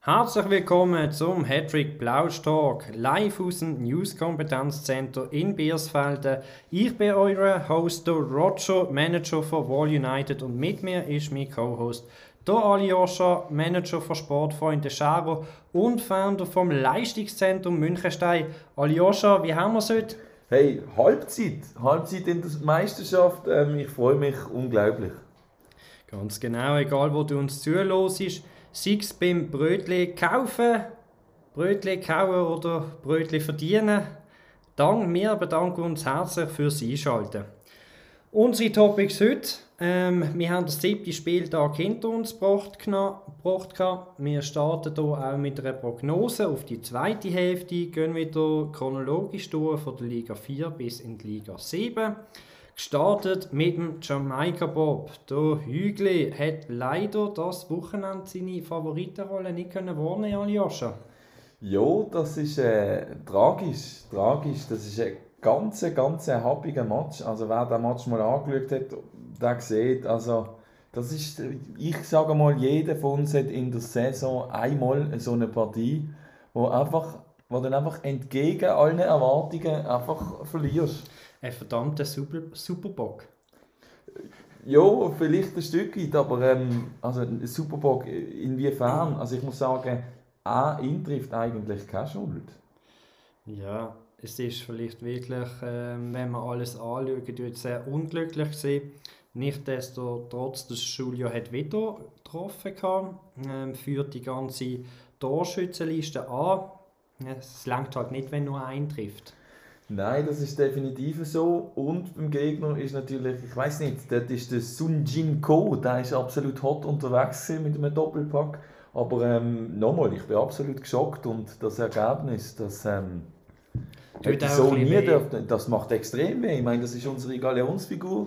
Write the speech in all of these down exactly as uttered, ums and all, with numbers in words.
Herzlich willkommen zum Hattrick Plausch Talk, live aus dem News Kompetenzzentrum in Biersfelden. Ich bin euer Host, der Roger, Manager von Wall United, und mit mir ist mein Co-Host, der Aljoscha, Manager von Sportfreunde Scharo und Founder vom Leistungszentrum Münchenstein. Aljoscha, wie haben wir es heute? Hey, Halbzeit, Halbzeit in der Meisterschaft, ähm, ich freue mich unglaublich. Ganz genau, egal wo du uns zuhörst, sei es beim Brötli kaufen, Brötli kauen oder Brötli verdienen. Dank, wir bedanken uns herzlich fürs Einschalten. Unsere Topics heute, ähm, wir haben den siebten Spieltag hinter uns gebracht. gebracht. Wir starten hier auch mit einer Prognose auf die zweite Hälfte, gehen wieder chronologisch durch von der Liga vier bis in die Liga sieben. Gestartet mit dem Jamaika Bob. Der Hügli hat leider das Wochenende seine Favoritenrolle nicht wahrnehmen können, Aljoscha. Ja, das ist äh, tragisch, tragisch. Das ist ein ganz, ganz happiger Match. Also wer den Match mal angeschaut hat, der sieht, also das ist, ich sage mal, jeder von uns hat in der Saison einmal so eine Partie, wo einfach, wo dann einfach entgegen allen Erwartungen einfach verlierst. Ein verdammter Super Superbock. Ja, vielleicht ein Stück weit, aber ähm, also ein Superbock inwiefern? Also ich muss sagen, auch ihn trifft eigentlich keine Schuld. Ja, es ist vielleicht wirklich, ähm, wenn man alles anschaut, sehr unglücklich gewesen. Nichtsdestotrotz, das Schuljahr hat wieder getroffen, ähm, führt die ganze Torschützenliste an. Es reicht halt nicht, wenn nur ein trifft. Nein, das ist definitiv so. Und beim Gegner ist natürlich, ich weiß nicht, dort ist der Sun Jin Ko, der ist absolut hot unterwegs mit einem Doppelpack. Aber ähm, nochmal, ich bin absolut geschockt und das Ergebnis, das ähm, hätte ich so nie dürfen, das macht extrem weh. Ich meine, das ist unsere Galionsfigur.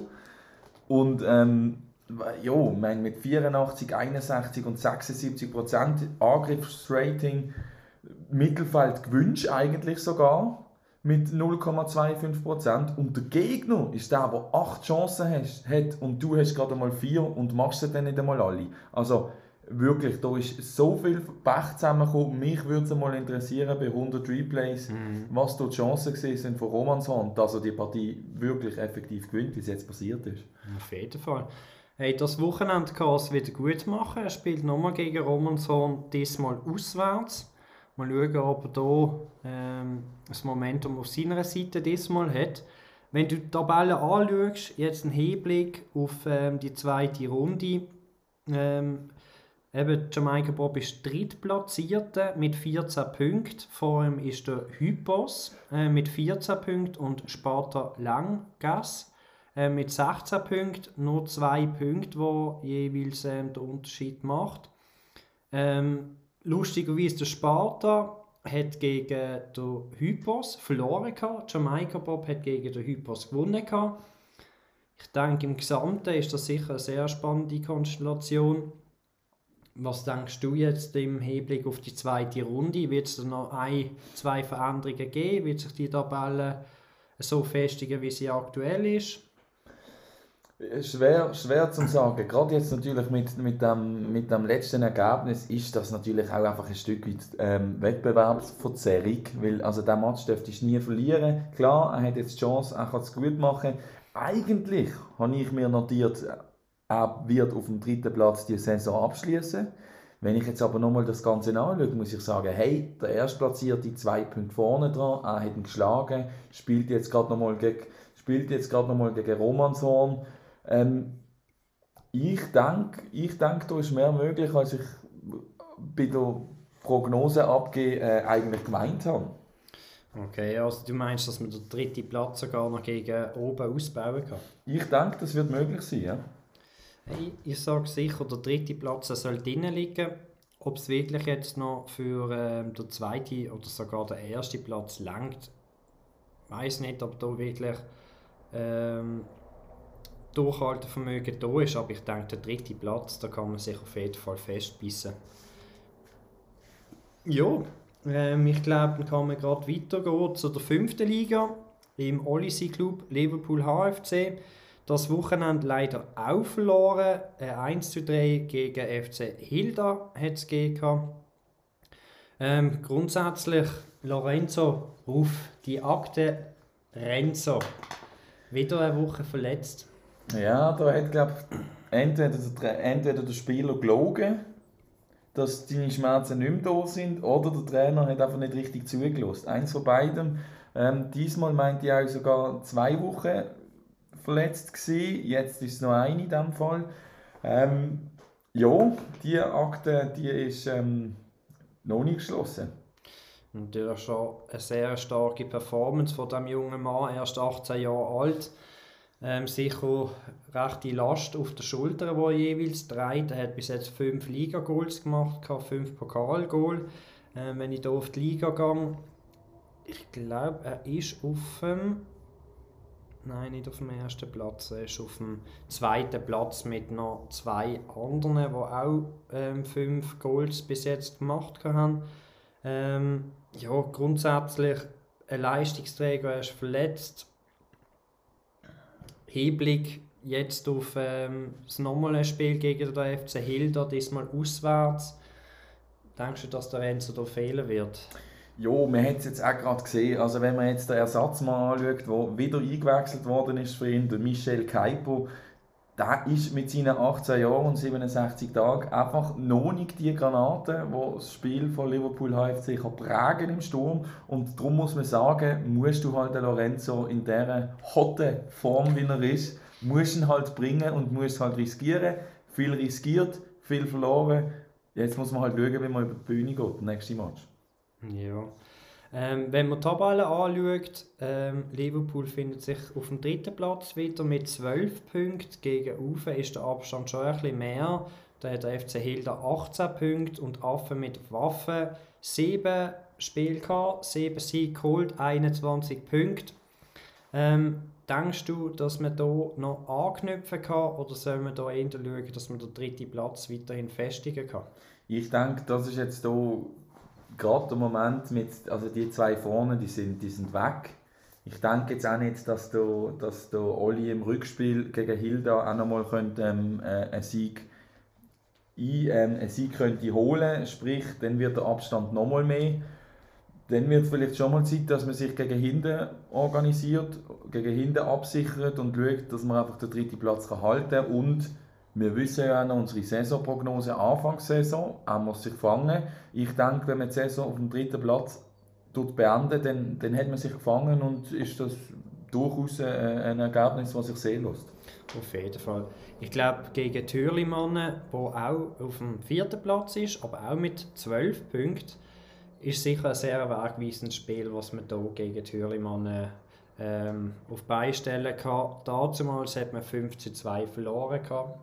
Und ähm, ja, ich meine, mit vierundachtzig, einundsechzig und sechsundsiebzig Prozent Angriffsrating, Mittelfeld gewünscht eigentlich sogar, mit null Komma fünfundzwanzig Prozent. Und der Gegner ist der, der acht Chancen hat und du hast gerade mal vier und machst sie dann nicht einmal alle. Also wirklich, da ist so viel Pech zusammengekommen. Mich würde es mal interessieren, bei hundert Replays, mhm. was da die Chancen sind von Romanshorn, dass er die Partie wirklich effektiv gewinnt, wie es jetzt passiert ist. Auf jeden Fall. Hey, das Wochenende kann es wieder gut machen. Er spielt nochmal gegen Romanshorn, diesmal auswärts. Mal schauen, ob er hier ähm, das Momentum auf seiner Seite diesmal hat. Wenn du die Tabelle anschaust, jetzt ein Hinblick auf ähm, die zweite Runde. Ähm, eben Jamaika Bob ist drittplatzierte mit vierzehn Punkten. Vor ihm ist der Hypos äh, mit vierzehn Punkten und Sparta Langgas äh, mit sechzehn Punkten. Nur zwei Punkte, die jeweils ähm, den Unterschied macht. Ähm, Lustigerweise der Sparta hat gegen den Hypos verloren gehabt. Jamaika Bob hat gegen den Hypos gewonnen gehabt. Ich denke, im Gesamten ist das sicher eine sehr spannende Konstellation. Was denkst du jetzt im Hinblick auf die zweite Runde? Wird es noch ein, zwei Veränderungen geben? Wird sich die Tabelle so festigen, wie sie aktuell ist? Schwer, schwer zu sagen. Gerade jetzt natürlich mit, mit, dem, mit dem letzten Ergebnis ist das natürlich auch einfach ein Stück weit ähm, Wettbewerbsverzerrung, weil also diesen Match dürfte ich nie verlieren. Klar, er hat jetzt die Chance, er kann es gut machen. Eigentlich habe ich mir notiert, er wird auf dem dritten Platz die Saison abschließen. Wenn ich jetzt aber nochmal das Ganze anschaue, muss ich sagen, hey, der Erstplatzierte zwei Punkte vorne dran, er hat ihn geschlagen, spielt jetzt gerade nochmal gegen, spielt jetzt gerade nochmal gegen Romanshorn. Ähm, ich denke, ich denk, da ist mehr möglich, als ich bei der Prognose abgeben äh, eigentlich gemeint habe. Okay, also du meinst, dass man den dritten Platz sogar noch gegen oben ausbauen kann? Ich denke, das wird möglich sein, ja. Hey, ich sage sicher, der dritte Platz soll drinnen liegen. Ob es wirklich jetzt noch für ähm, den zweiten oder sogar den ersten Platz langt, weiß nicht, ob da wirklich ähm, Durchhaltevermögen da ist, aber ich denke, der dritte Platz, da kann man sich auf jeden Fall festbissen. Ja, ähm, ich glaube, dann kann man gerade weitergehen zu der fünften Liga im Olyssey Club Liverpool H F C. Das Wochenende leider auch verloren. eins zu drei gegen F C Hilda hat es gegeben. Ähm, grundsätzlich Lorenzo auf die Akte Renzo. Wieder eine Woche verletzt. Ja, da hat, glaube ich, entweder der, entweder der Spieler gelogen, dass seine Schmerzen nicht mehr da sind, oder der Trainer hat einfach nicht richtig zugelassen. Eins von beidem. Ähm, diesmal meinte ich auch sogar zwei Wochen verletzt gewesen. Jetzt ist es noch eine in diesem Fall. Ähm, ja, die Akte, die ist ähm, noch nicht geschlossen. Natürlich schon eine sehr starke Performance von diesem jungen Mann, erst achtzehn Jahre alt. Ähm, sicher rechte Last auf den Schultern, die er jeweils trägt. Er hat bis jetzt fünf Liga-Goals gemacht, fünf Pokal-Goal. Ähm, wenn ich hier auf die Liga gehe, ich glaube, er ist auf dem... Nein, nicht auf dem ersten Platz. Er ist auf dem zweiten Platz mit noch zwei anderen, die auch ähm, fünf Goals bis jetzt gemacht haben. Ähm, ja, grundsätzlich ein Leistungsträger, er ist verletzt. Hinblick jetzt auf ähm, das nochmale Spiel gegen den F C Hilda, diesmal auswärts. Denkst du, dass der Renzo da fehlen wird? Ja, man hat es jetzt auch gerade gesehen. Also wenn man jetzt den Ersatzmann anschaut, der wieder eingewechselt worden ist für ihn, der Michel Kaipo, der ist mit seinen achtzehn Jahren und siebenundsechzig Tagen einfach noch nicht die Granate, die das Spiel von Liverpool H F C kann prägen im Sturm. Und darum muss man sagen, musst du halt den Lorenzo in dieser hotten Form, wie er ist, musst ihn halt bringen und musst halt riskieren. Viel riskiert, viel verloren. Jetzt muss man halt schauen, wie man über die Bühne geht, nächste Match. Ja. Ähm, wenn man die Tabelle anschaut, ähm, Liverpool findet sich auf dem dritten Platz wieder mit zwölf Punkten. Gegen Ufe ist der Abstand schon ein bisschen mehr. Da hat der F C Hilda achtzehn Punkte und Affen mit Waffen sieben Spiele gehabt, sieben Siege geholt, einundzwanzig Punkte. Ähm, denkst du, dass man hier noch anknüpfen kann oder soll man hier eher schauen, dass man den dritten Platz weiterhin festigen kann? Ich denke, das ist jetzt hier gerade der Moment mit, also die zwei vorne, die sind, die sind weg. Ich denke jetzt auch nicht, dass der, dass der Oli im Rückspiel gegen Hilda auch nochmal könnte, ähm, äh, einen Sieg, ein, ähm, einen Sieg könnte holen, sprich, dann wird der Abstand nochmal mehr. Dann wird es vielleicht schon mal Zeit, dass man sich gegen hinten organisiert, gegen hinten absichert und schaut, dass man einfach den dritten Platz kann halten kann. Und wir wissen ja auch noch unsere Saisonprognose, Anfangssaison, er muss sich fangen. Ich denke, wenn man die Saison auf dem dritten Platz beendet, dann, dann hat man sich gefangen und ist das durchaus ein Ergebnis, das sich sehen lässt. Auf jeden Fall. Ich glaube, gegen Thürlimann, der auch auf dem vierten Platz ist, aber auch mit zwölf Punkten, ist sicher ein sehr wegweisendes Spiel, was man hier gegen Thürlimann ähm, auf Beine stellen kann. Damals hat man fünf zu zwei verloren.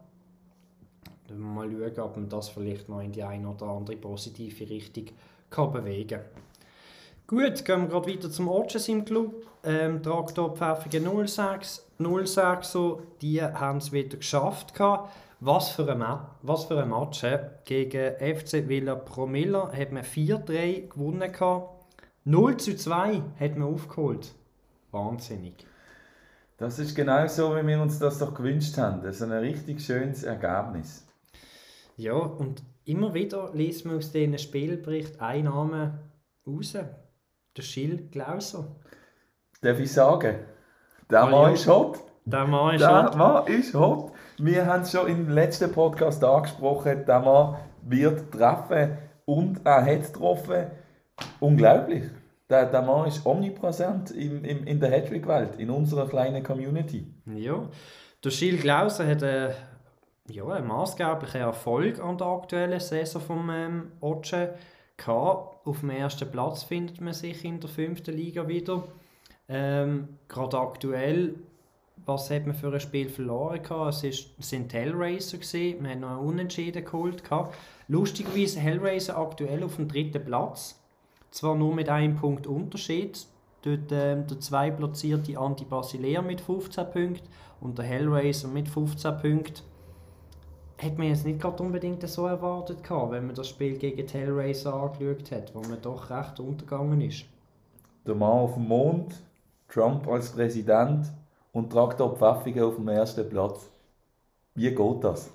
Mal schauen, ob man das vielleicht noch in die eine oder andere positive Richtung kann bewegen kann. Gut, gehen wir gerade weiter zum Otsches im Club. Ähm, Traktor Pfäffiken null sechs. null sechs, so, die haben es wieder geschafft. Was für ein, Ma- was für ein Match. He? Gegen F C Villa Promilla hat man vier drei gewonnen. null zu zwei hat man aufgeholt. Wahnsinnig. Das ist genau so, wie wir uns das doch gewünscht haben. Das ist ein richtig schönes Ergebnis. Ja, und immer wieder liest man aus diesen Spielbericht einen Namen raus. Der Gilles Glauser. Darf ich sagen, der Oh, Mann ja. ist hot. Der Mann ist Der hot. Mann ist hot. Wir haben es schon im letzten Podcast angesprochen, der Mann wird treffen und er hat getroffen. Unglaublich. Der, der Mann ist omnipräsent im, im, in der Hattrick-Welt, in unserer kleinen Community. Ja, der Gilles Glauser hat äh, ja, einen maßgeblichen Erfolg an der aktuellen Saison vom ähm, Otsche gehabt. Auf dem ersten Platz findet man sich in der fünften Liga wieder. Ähm, gerade aktuell, was hat man für ein Spiel verloren gehabt? Es ist, es sind Hellraiser gewesen. Man hat noch einen Unentschieden geholt gehabt. Lustigerweise Hellraiser aktuell auf dem dritten Platz. Zwar nur mit einem Punkt Unterschied. Dort ähm, der zweitplatzierte Anti Basilea mit fünfzehn Punkten und der Hellraiser mit fünfzehn Punkten. Hätte man jetzt nicht gerade unbedingt so erwartet gehabt, wenn man das Spiel gegen die Hellraiser angeschaut hat, wo man doch recht untergegangen ist. Der Mann auf dem Mond, Trump als Präsident und Traktor Pfäffiken auf dem ersten Platz. Wie geht das?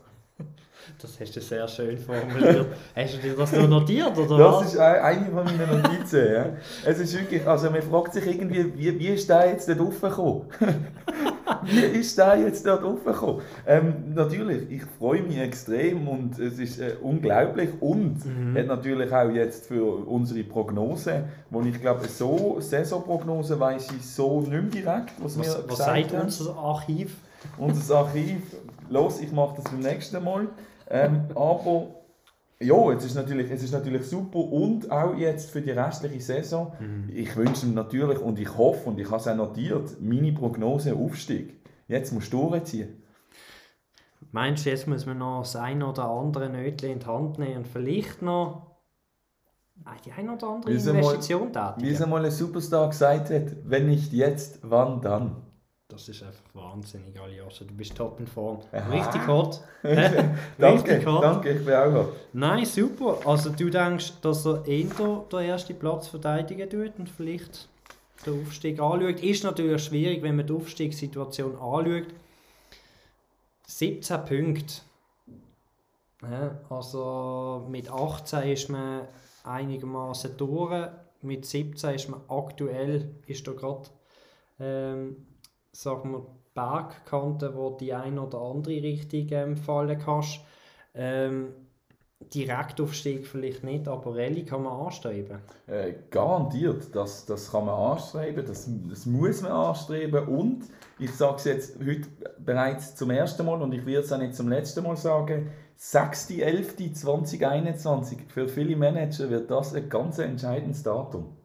Das hast du sehr schön formuliert. Hast du dir das nur notiert, oder Das was? ist eine von meinen Notizen. Ja. Es ist wirklich, also man fragt sich irgendwie, wie, wie ist der jetzt dort raufgekommen? Wie ist der jetzt dort raufgekommen? Ähm, natürlich, ich freue mich extrem und es ist äh, unglaublich und Mhm. hat natürlich auch jetzt für unsere Prognose, wo ich glaube, so Saisonprognose weiss ich so nicht mehr direkt, was, Was, wir was gesagt sagt haben. unser Archiv? Unser Archiv, los, ich mache das beim nächsten Mal. Ähm, aber ja, es ist, natürlich, es ist natürlich super und auch jetzt für die restliche Saison. Mhm. Ich wünsche ihm natürlich und ich hoffe und ich habe es auch notiert, meine Prognose Aufstieg. Jetzt musst du durchziehen. Meinst du, jetzt muss man noch das eine oder andere Nötchen in die Hand nehmen und vielleicht noch die eine oder andere Wie es einmal- Investition Wie es tätigen? einmal ein Superstar gesagt hat, wenn nicht jetzt, wann dann? Das ist einfach wahnsinnig, Aljoscha. Du bist top in Form. Aha. Richtig hot. danke, Richtig hot. danke, ich bin auch hot. Nein, super. Also du denkst, dass er eher den ersten Platz verteidigen tut und vielleicht den Aufstieg anschaut. Ist natürlich schwierig, wenn man die Aufstiegssituation anschaut. siebzehn Punkte. Ja, also mit achtzehn ist man einigermaßen durch. Mit siebzehn ist man aktuell, ist da gerade, ähm, sagen wir, Bergkante, wo die eine oder andere Richtung ähm, fallen kannst. Ähm, Direktaufstieg vielleicht nicht, aber Rallye kann man anstreben. Äh, garantiert, das, das kann man anstreben, das, das muss man anstreben und ich sage es jetzt heute bereits zum ersten Mal und ich werde es auch nicht zum letzten Mal sagen, sechster elfter zweitausendeinundzwanzig, für viele Manager wird das ein ganz entscheidendes Datum.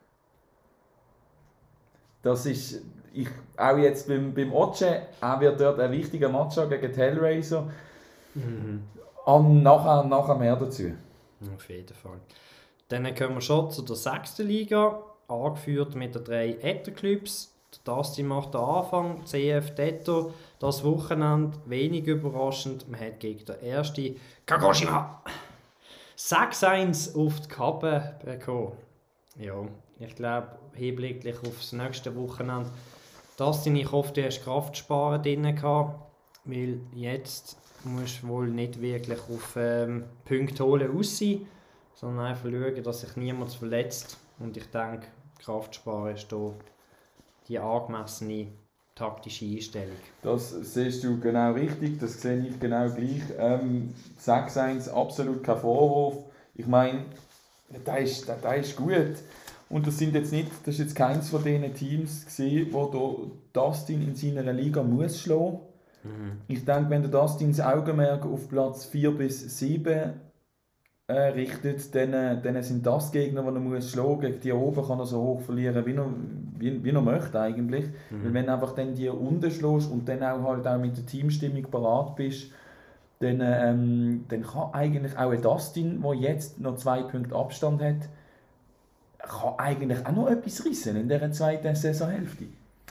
Das ist, ich, auch jetzt beim, beim Oce, er wird dort ein wichtiger Match haben gegen die Hellraiser. Mhm. Und nachher, nachher mehr dazu. Auf jeden Fall. Dann kommen wir schon zu der sechsten Liga, angeführt mit den drei Etter-Clubs. Der Dustin macht den Anfang, C F Detto. Das Wochenende, wenig überraschend, man hat gegen den ersten Kagoshima sechs eins auf die Kappe bekommen. Ja, ich glaube, hinblicklich auf das nächste Wochenende, Dustin, ich hoffe, du hast Kraftsparen drin gehabt, weil jetzt musst du wohl nicht wirklich auf ähm, Punkte holen aus sein, sondern einfach schauen, dass sich niemand verletzt. Und ich denke, Kraftsparen ist hier die angemessene taktische Einstellung. Das siehst du genau richtig, das sehe ich genau gleich. Ähm, sechs eins, absolut kein Vorwurf. Ich meine, das ist, das, das ist gut. Und das, sind jetzt nicht, das ist jetzt keins von diesen Teams gewesen, wo der Dustin in seiner Liga muss schlagen. Mhm. Ich denke, wenn der Dustin das Augenmerk auf Platz vier bis sieben äh, richtet, dann, äh, dann sind das Gegner, die er muss schlagen. Gegen die oben kann er so hoch verlieren, wie er, wie, wie er möchte eigentlich. Mhm. Weil wenn du einfach dann die unten schlägst und dann auch, halt auch mit der Teamstimmung parat bist, dann, ähm, dann kann eigentlich auch ein Dustin, der jetzt noch zwei Punkte Abstand hat, kann eigentlich auch noch etwas rissen in dieser zweiten Saisonhälfte.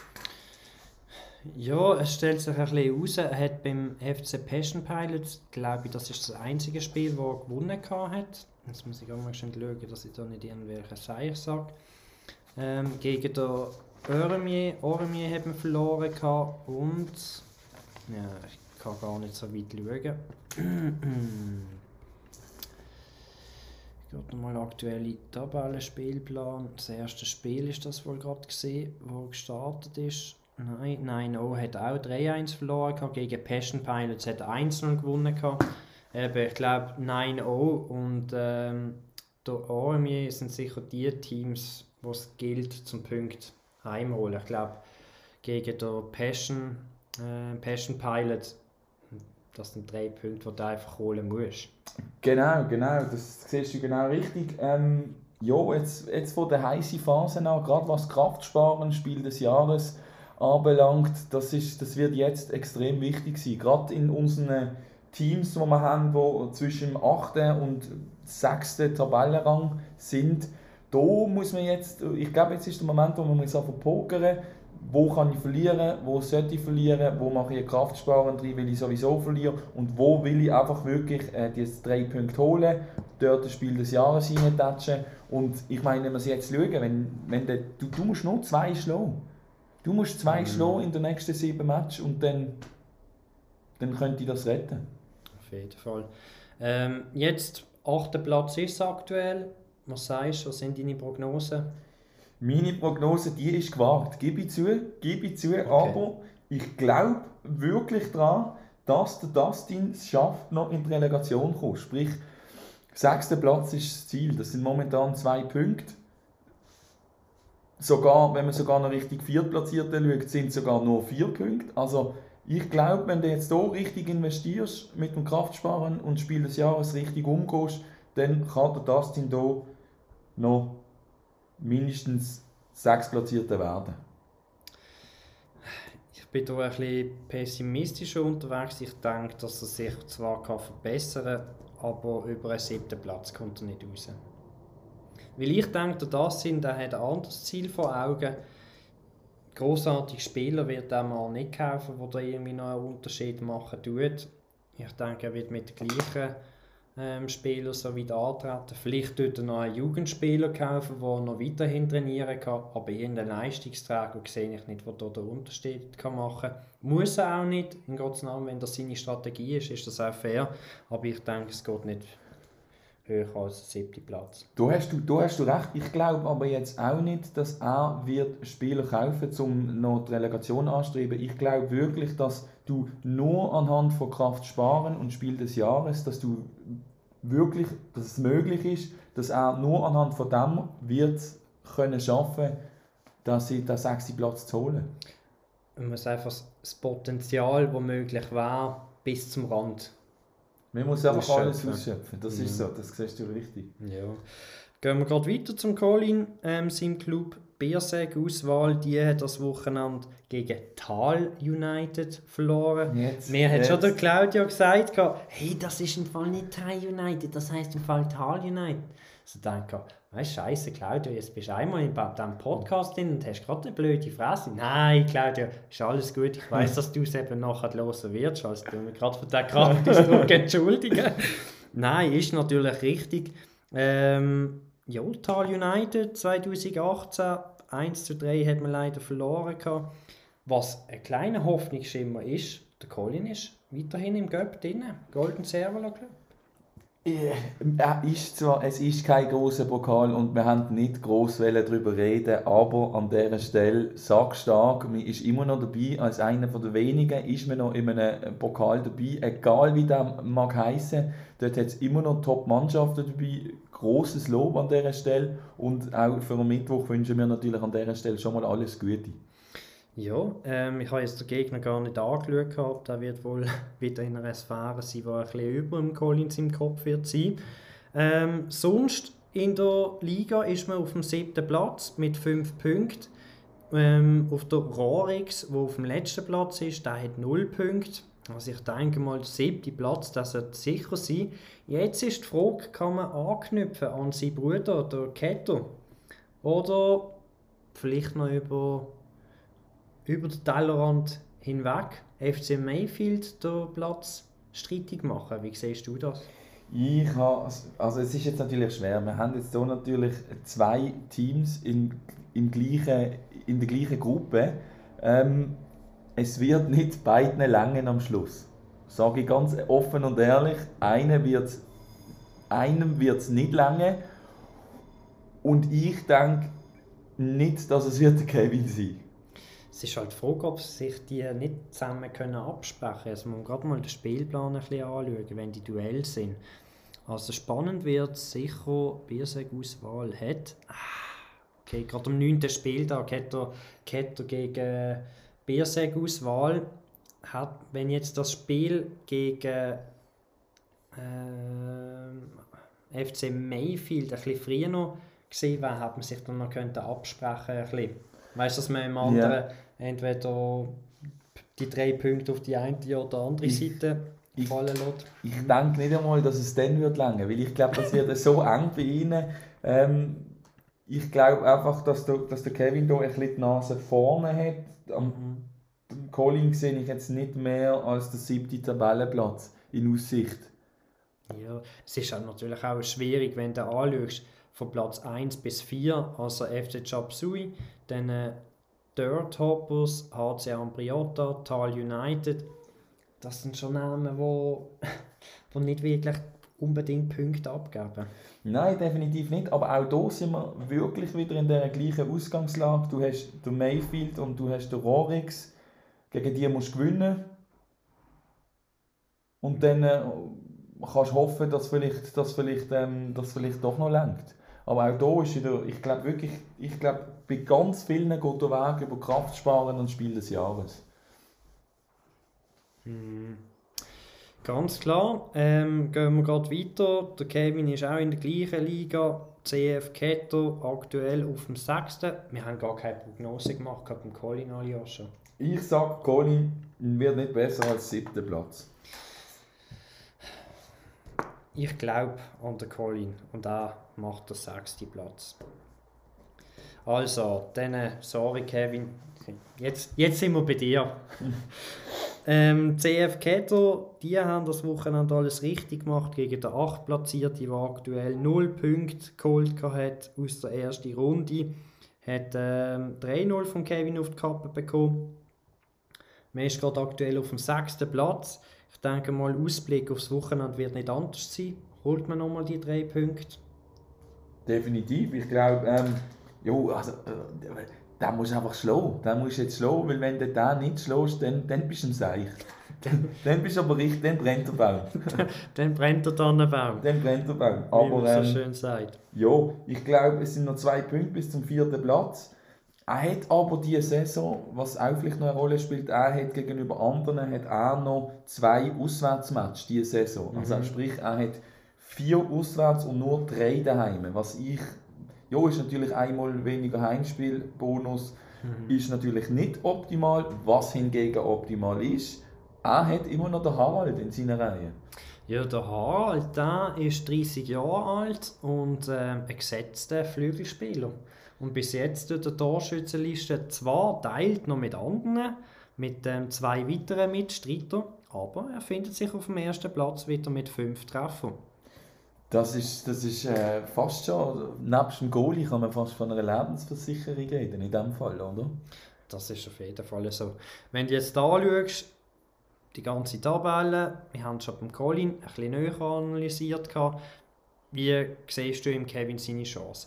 Ja, es stellt sich ein bisschen heraus. Er hat beim F C Passion Pilots, glaube ich, das ist das einzige Spiel, das er gewonnen hat. Jetzt muss ich auch mal schnell schauen, dass ich da nicht irgendwelche Zeichen sage. Ähm, gegen den Oremier, Oremier hat man verloren gehabt und ja, ich kann gar nicht so weit schauen. Ich gehe nochmal aktuelle Tabellenspielplan. Das erste Spiel ist das wohl gerade gesehen, wo gestartet ist. Nein, nein, oh, hat auch drei eins verloren gehabt. Gegen Passion Pilots hat eins null gewonnen gehabt. Eben, ich glaube neun null und ähm, der Oremier sind sicher die Teams, wo es gilt zum Punkt heimholen. Ich glaube gegen der Passion, äh, Passion Pilots, das sind drei Punkte, die du einfach holen musst. Genau, genau, das siehst du genau richtig. Ähm, ja, jetzt, jetzt von der heißen Phase an, gerade was Kraftsparen, Spiel des Jahres anbelangt, das, ist, das wird jetzt extrem wichtig sein. Gerade in unseren Teams, die wir haben, die zwischen dem achten und sechsten Tabellenrang sind, da muss man jetzt, ich glaube, jetzt ist der Moment, wo man muss anfangen pokern, wo kann ich verlieren, wo sollte ich verlieren, wo mache ich ein Kraftsparen drin, will ich sowieso verlieren und wo will ich einfach wirklich äh, die drei Punkte holen, dort das Spiel des Jahres reintatschen. Und ich meine, wenn wir es jetzt schauen, wenn, wenn der, du, du musst nur zwei schlagen. Du musst zwei Mhm. schlagen in den nächsten sieben Matches und dann, dann könnte ich das retten. Auf jeden Fall. Ähm, jetzt, achter Platz ist es aktuell. Was sagst du, was sind deine Prognosen? Meine Prognose, die ist gewagt, gebe ich zu, gebe ich zu, Okay. aber ich glaube wirklich daran, dass der Dustin es schafft, noch in die Relegation zu kommen. Sprich, sechster Platz ist das Ziel, das sind momentan zwei Punkte. Sogar, wenn man sogar noch richtig Viertplatzierte schaut, sind es sogar nur vier Punkte. Also ich glaube, wenn du jetzt hier richtig investierst, mit dem Kraftsparen und Spiel des Jahres richtig umgehst, dann kann der Dustin hier noch mindestens Sechstplatzierter werden. Ich bin hier ein bisschen pessimistischer unterwegs. Ich denke, dass er sich zwar verbessern kann, aber über einen siebten Platz kommt er nicht raus. Weil ich denke, der Dustin, der hat ein anderes Ziel vor Augen. Grossartige Spieler wird er mal nicht kaufen, der da irgendwie noch einen Unterschied machen tut. Ich denke, er wird mit den gleichen ähm, Spielern so weit antreten. Vielleicht tut er noch einen Jugendspieler kaufen, der noch weiterhin trainieren kann. Aber irgendeinen Leistungsträger sehe ich nicht, der da den Unterschied kann machen kann. Muss er auch nicht. In Gottes Namen, wenn das seine Strategie ist, ist das auch fair. Aber ich denke, es geht nicht höher als der siebte Platz. Da hast du, da hast du recht. Ich glaube aber jetzt auch nicht, dass er wird Spieler kaufen wird, um noch die Relegation anzustreben. Ich glaube wirklich, dass du nur anhand von Kraft sparen und Spiel des Jahres, dass du wirklich, dass es möglich ist, dass er nur anhand von dem wird können schaffen, dass sie den sechsten Platz zu holen. Man muss einfach das Potenzial, das möglich wäre, bis zum Rand. Man muss einfach Ausschöpfen. alles ausschöpfen. Das ist so, das siehst du richtig. Ja. Gehen wir gerade weiter zum Colin, ähm, seinem Club. Biersegg-Auswahl, die hat das Wochenende gegen Thal United verloren. Jetzt, Mir hat jetzt. schon der Claudio gesagt, hey, das ist im Fall nicht Thal United, das heisst im Fall Thal United. Also denke ich, weißt du, Scheiße, Claudio, jetzt bist du einmal in diesem Podcast drin und hast gerade eine blöde Fresse. Nein, Claudio, ist alles gut. Ich weiss, dass du es eben nachher hören wirst. Also tue mich gerade für den Kraftausdruck entschuldigen. Nein, ist natürlich richtig. Ähm, ja, Thal United zwanzig achtzehn, eins zu drei hat man leider verloren gehabt. Was ein kleiner Hoffnungsschimmer ist, der Colin ist weiterhin im Göpp drin, Golden Servola Club. Er ist zwar, es ist kein grosser Pokal und wir haben nicht gross darüber reden, aber an dieser Stelle sackstark, man ist immer noch dabei, als einer der wenigen ist man noch in einem Pokal dabei, egal wie der mag heissen, dort hat es immer noch Top-Mannschaften dabei, grosses Lob an dieser Stelle und auch für den Mittwoch wünschen wir natürlich an dieser Stelle schon mal alles Gute. Ja, ähm, ich habe jetzt den Gegner gar nicht angeschaut gehabt. Der wird wohl wieder in einer Sphäre sein, die ein bisschen über dem Collins im Kopf wird sein. Ähm, sonst in der Liga ist man auf dem siebten Platz mit fünf Punkten. Ähm, auf der Rorix, der auf dem letzten Platz ist, der hat null Punkte. Also ich denke mal, der siebte Platz, das sollte sicher sein. Jetzt ist die Frage, kann man anknüpfen an seinen Bruder, der Keto? Oder vielleicht noch über... über den Tellerrand hinweg F C Mayfield den Platz streitig machen. Wie siehst du das? Ich habe, also es ist jetzt natürlich schwer. Wir haben jetzt hier natürlich zwei Teams in, im gleichen, in der gleichen Gruppe. Ähm, es wird nicht beiden langen am Schluss. Sage ich ganz offen und ehrlich. Einem wird es einem wird's nicht lange. Und ich denke nicht, dass es wird der Kevin sein. Es ist halt die Frage, ob sich die nicht zusammen können absprechen können. Also man muss gerade mal den Spielplan ein bisschen anschauen, wenn die Duelle sind. Also spannend wird sicher, Biersegg-Auswahl hat. Okay, gerade am neunten Spieltag hat er, hat er gegen Biersegg-Auswahl. Hat, wenn jetzt das Spiel gegen äh, F C Mayfield ein bisschen früher noch gesehen wäre, hat man sich dann noch absprechen können. Weißt du, dass man im anderen yeah. entweder die drei Punkte auf die eine oder andere ich, Seite ich, fallen lässt? Ich denke nicht einmal, dass es dann wird lange, weil ich glaube, das wird so eng bei ihnen. Ähm, ich glaube einfach, dass der, dass der Kevin da ein bisschen die Nase vorne hat. Am mhm. Colin sehe ich jetzt nicht mehr als der siebte Tabellenplatz in Aussicht. Ja, es ist halt natürlich auch schwierig, wenn du anschaust, von Platz eins bis vier, also F C Chop Suey, dann äh, Dirt Hoppers, H C Ambriota, Thal United. Das sind schon Namen, wo, und nicht wirklich unbedingt Punkte abgeben. Nein, definitiv nicht. Aber auch hier sind wir wirklich wieder in der gleichen Ausgangslage. Du hast den Mayfield und du hast den Rorix. Gegen die musst du gewinnen. Und dann äh, kannst du hoffen, dass vielleicht, dass vielleicht, ähm, dass vielleicht doch noch lenkt. Aber auch hier ist wieder, ich glaube wirklich, ich glaube, bei ganz vielen geht der Weg über Kraftsparen und Spiel des Jahres. Hm. Ganz klar. Ähm, gehen wir gerade weiter. Der Kevin ist auch in der gleichen Liga. C F Ketter aktuell auf dem sechsten Wir haben gar keine Prognose gemacht, beim Colin Aljoscha. Ich sage, Colin wird nicht besser als siebter Platz. Ich glaube an den Colin und er macht den sechsten Platz. Also, dann, sorry Kevin, jetzt, jetzt sind wir bei dir. ähm, C F Ketter, die haben das Wochenende alles richtig gemacht gegen den acht Platzierten, der aktuell null Punkte geholt hat aus der ersten Runde. Hat ähm, drei null von Kevin auf die Kappe bekommen. Man ist gerade aktuell auf dem sechsten Platz. Ich denke mal, Ausblick aufs Wochenende wird nicht anders sein. Holt man nochmal die drei Punkte? Definitiv. Ich glaube, ähm, jo, also, äh, den musst du einfach schlagen. Den musst du jetzt schlagen, weil wenn du den nicht schlägst, dann, dann bist du im Seich. dann, dann bist du aber richtig, dann brennt der Baum. Dann brennt der Tannenbaum. Dann brennt der Baum. Aber, wie man ähm, so schön sagt. Ja, ich glaube, es sind noch zwei Punkte bis zum vierten Platz. Er hat aber diese Saison, was auch vielleicht noch eine Rolle spielt, er hat gegenüber anderen hat er noch zwei Auswärtsmatches diese Saison. Mhm. Also sprich, er hat vier Auswärts und nur drei daheim. Was ich, ja, ist natürlich einmal weniger Heimspielbonus, mhm. ist natürlich nicht optimal. Was hingegen optimal ist, er hat immer noch den Harald in seiner Reihe. Ja, der Harald, der ist dreissig Jahre alt und äh, ein gesetzter Flügelspieler. Und bis jetzt tut der Torschützenliste zwar teilt noch mit anderen, mit ähm, zwei weiteren Mitstreitern, aber er findet sich auf dem ersten Platz wieder mit fünf Treffern. Das ist, das ist äh, fast schon, nebst dem Goalie kann man fast von einer Lebensversicherung reden, in diesem Fall, oder? Das ist auf jeden Fall so. Wenn du jetzt anschaust, die ganze Tabelle, wir haben es schon beim Colin ein bisschen näher analysiert. Wie siehst du im Kevin seine Chancen?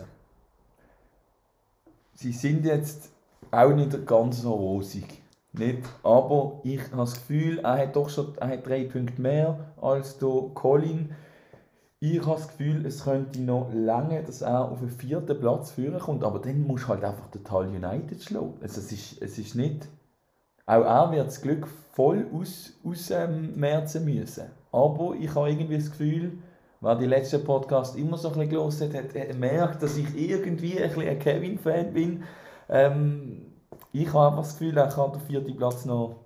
Sie sind jetzt auch nicht ganz so rosig. Nicht, aber ich habe das Gefühl, er hat doch schon er hat drei Punkte mehr als der Colin. Ich habe das Gefühl, es könnte noch lange, dass er auf den vierten Platz führen kommt, aber dann musst du halt einfach den Tal United schlagen. Also es ist, es ist nicht... Auch er wird das Glück voll ausmerzen ähm, müssen. Aber ich habe irgendwie das Gefühl, wer die letzten Podcast immer so ein bisschen gehört hat, hat merkt, dass ich irgendwie ein, ein Kevin-Fan bin. Ähm, ich habe einfach das Gefühl, er kann den vierten Platz noch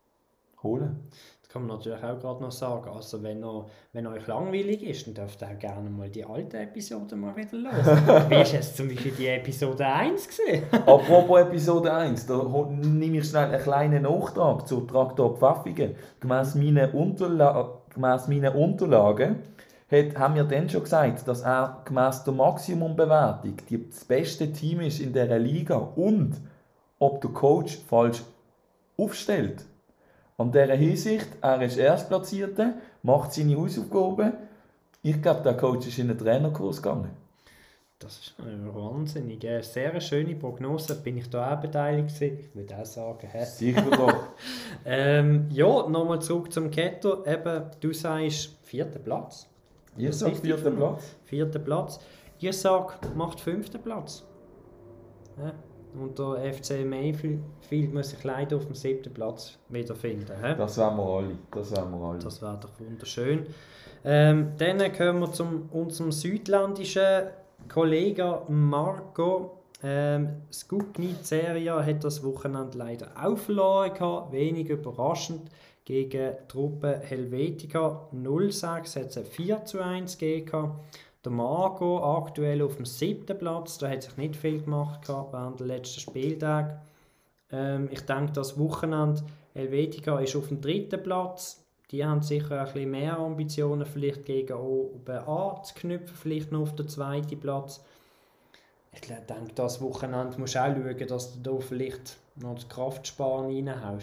holen. Das kann man natürlich auch gerade noch sagen. Also wenn, noch, wenn euch langweilig ist, dann dürft ihr auch gerne mal die alte Episode mal wieder hören. Wie war jetzt zum Beispiel die Episode eins gesehen? Apropos Episode eins, da nehme ich schnell einen kleinen Nachtrag zur Traktor Pfaffigen. Gemäss meinen, Unterla gemäss meinen Unterlagen hat, haben wir dann schon gesagt, dass er gemäss der Maximumbewertung das beste Team ist in dieser Liga und ob der Coach falsch aufstellt. An dieser Hinsicht, er ist Erstplatzierter, macht seine Hausaufgaben. Ich glaube, der Coach ist in einen Trainerkurs gegangen. Das ist eine wahnsinnige, sehr schöne Prognose. Bin ich da auch beteiligt gewesen? Ich würde auch sagen, hä? Sicher doch. ähm, ja, nochmal zurück zum Ketter. Eben, du sagst vierter Platz. Ich sage vierter Platz. Vierter Platz. Ich sage, macht fünften Platz. Ja. Und der F C Mayfield muss sich leider auf dem siebten Platz wiederfinden. He? Das wären wir alle. Das wären wir alle. Das wäre doch wunderschön. Ähm, dann kommen wir zu unserem südländischen Kollegen Marco. Ähm, Skupni-Serie hat das Wochenende leider auch verloren gehabt. Wenig überraschend. Gegen die Truppe Helvetica null sechs hat es vier zu eins gegeben. Der Marco aktuell auf dem siebten Platz, da hat sich nicht viel gemacht während der letzten Spieltage. Ähm, ich denke, das Wochenende Helvetica ist auf dem dritten Platz. Die haben sicher ein bisschen mehr Ambitionen, vielleicht gegen oben anzuknüpfen, vielleicht noch auf den zweiten Platz. Ich denke, das Wochenende musst du auch schauen, dass du da vielleicht noch die Kraftsparen reinhaust.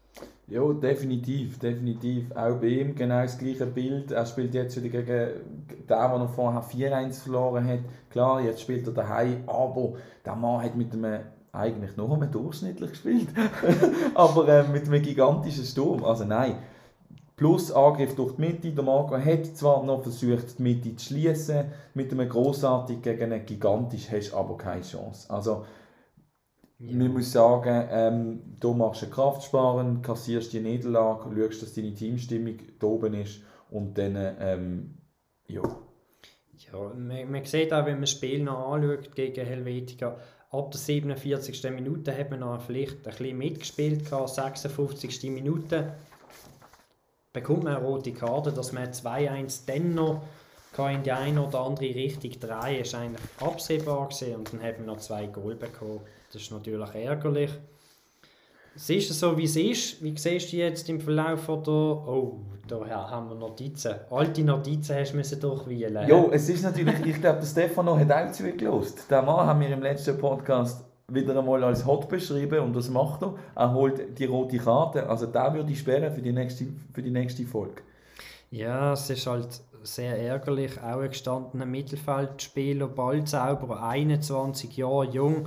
Ja, definitiv, definitiv. Auch bei ihm genau das gleiche Bild. Er spielt jetzt wieder gegen den, der er vorher vier eins verloren hat. Klar, jetzt spielt er daheim, aber der Mann hat mit einem, eigentlich noch einmal durchschnittlich gespielt, aber äh, mit einem gigantischen Sturm. Also nein, plus Angriff durch die Mitte. Der Marco hat zwar noch versucht, die Mitte zu schließen, mit einem grossartig gegen einen gigantisch hast du aber keine Chance. Also, ja. Man muss sagen, ähm, du machst einen Kraftsparen, kassierst die Niederlage, schaust, dass deine Teamstimmung da oben ist und dann, ähm, ja. Ja, man, man sieht auch, wenn man das Spiel noch anschaut gegen Helvetica, ab der siebenundvierzigsten Minute hat man noch vielleicht ein bisschen mitgespielt, sechsundfünfzigste Minute bekommt man eine rote Karte, dass man zwei eins dann noch in die eine oder andere Richtung drehen, ist eigentlich absehbar gewesen. Und dann hat man noch zwei Goal bekommen. Das ist natürlich ärgerlich. Es ist so, wie es ist. Wie siehst du jetzt im Verlauf von der... Oh, da haben wir Notizen. Alte Notizen hast du müssen durchwühlen. Ja, es ist natürlich... Ich glaube, der Stefano hat auch zugelassen. Den Mann haben wir im letzten Podcast wieder einmal als hot beschrieben und das macht er. Er holt die rote Karte. Also da würde ich sperren für die nächste, für die nächste Folge. Ja, es ist halt sehr ärgerlich. Auch ein gestandener Mittelfeldspieler, Ballzauberer, einundzwanzig Jahre jung.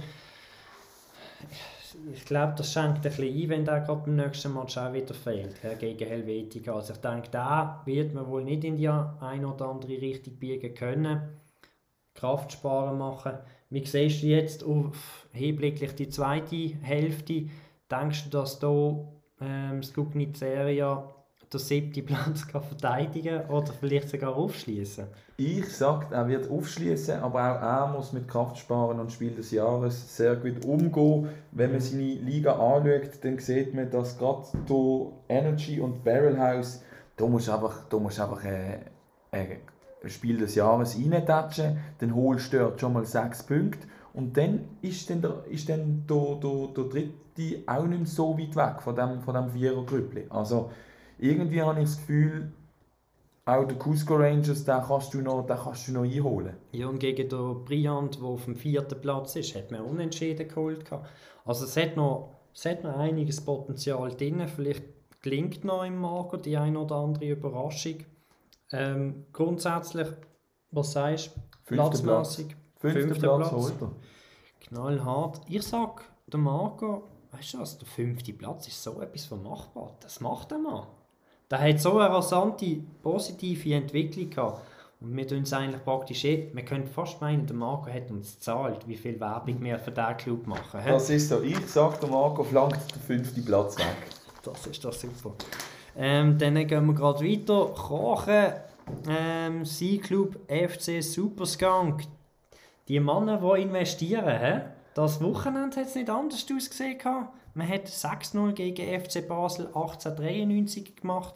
Ich glaube, das schenkt ein bisschen ein, wenn der gerade beim nächsten Match auch wieder fehlt, ja, gegen Helvetica. Also ich denke, da wird man wohl nicht in die eine oder andere Richtung biegen können. Kraftsparen machen. Wie siehst du jetzt auf hinblicklich die zweite Hälfte? Denkst du, dass da ähm, Skubniceria den siebten Platz kann verteidigen oder vielleicht sogar aufschließen? Ich sage, er wird aufschließen, aber auch er muss mit Kraftsparen und Spiel des Jahres sehr gut umgehen. Wenn man seine Liga anschaut, dann sieht man, dass gerade durch Energy und Barrelhouse, da musst du einfach, da musst du einfach äh, äh, Spiel des Jahres reintatschen, dann holst du dort schon mal sechs Punkte und dann ist dann der, ist dann der, der, der dritte auch nicht mehr so weit weg von dem, von dem Vierer-Grüppli. Also irgendwie habe ich das Gefühl, auch der Cusco Rangers, den kannst du noch, den kannst du noch einholen. Ja, und gegen den Brillant, der auf dem vierten Platz ist, hat man unentschieden geholt. Also es hat noch, es hat noch einiges Potenzial drin. Vielleicht gelingt noch im Marco die eine oder andere Überraschung. Ähm, grundsätzlich, was sagst du? Platzmässig? Fünfter Platz, Platz holt er. Knallhart. Ich sage, der Marco, weißt du was, der fünfte Platz ist so etwas von machbar. Das macht er mal. Der hat so eine rasante, positive Entwicklung gehabt. Und wir tun es eigentlich praktisch eh, man könnte fast meinen, der Marco hat uns gezahlt, wie viel Werbung wir für diesen Club machen. He? Das ist so. Ich sage, der Marco flankt den fünften Platz weg. Das ist doch super. Ähm, dann gehen wir gerade weiter. Kochen, ähm, Sea-Club, F C Superskunk. Die Männer, die investieren, he? Das Wochenende hat es nicht anders ausgesehen. Man hat sechs null gegen F C Basel achtzehnhundertdreiundneunzig gemacht.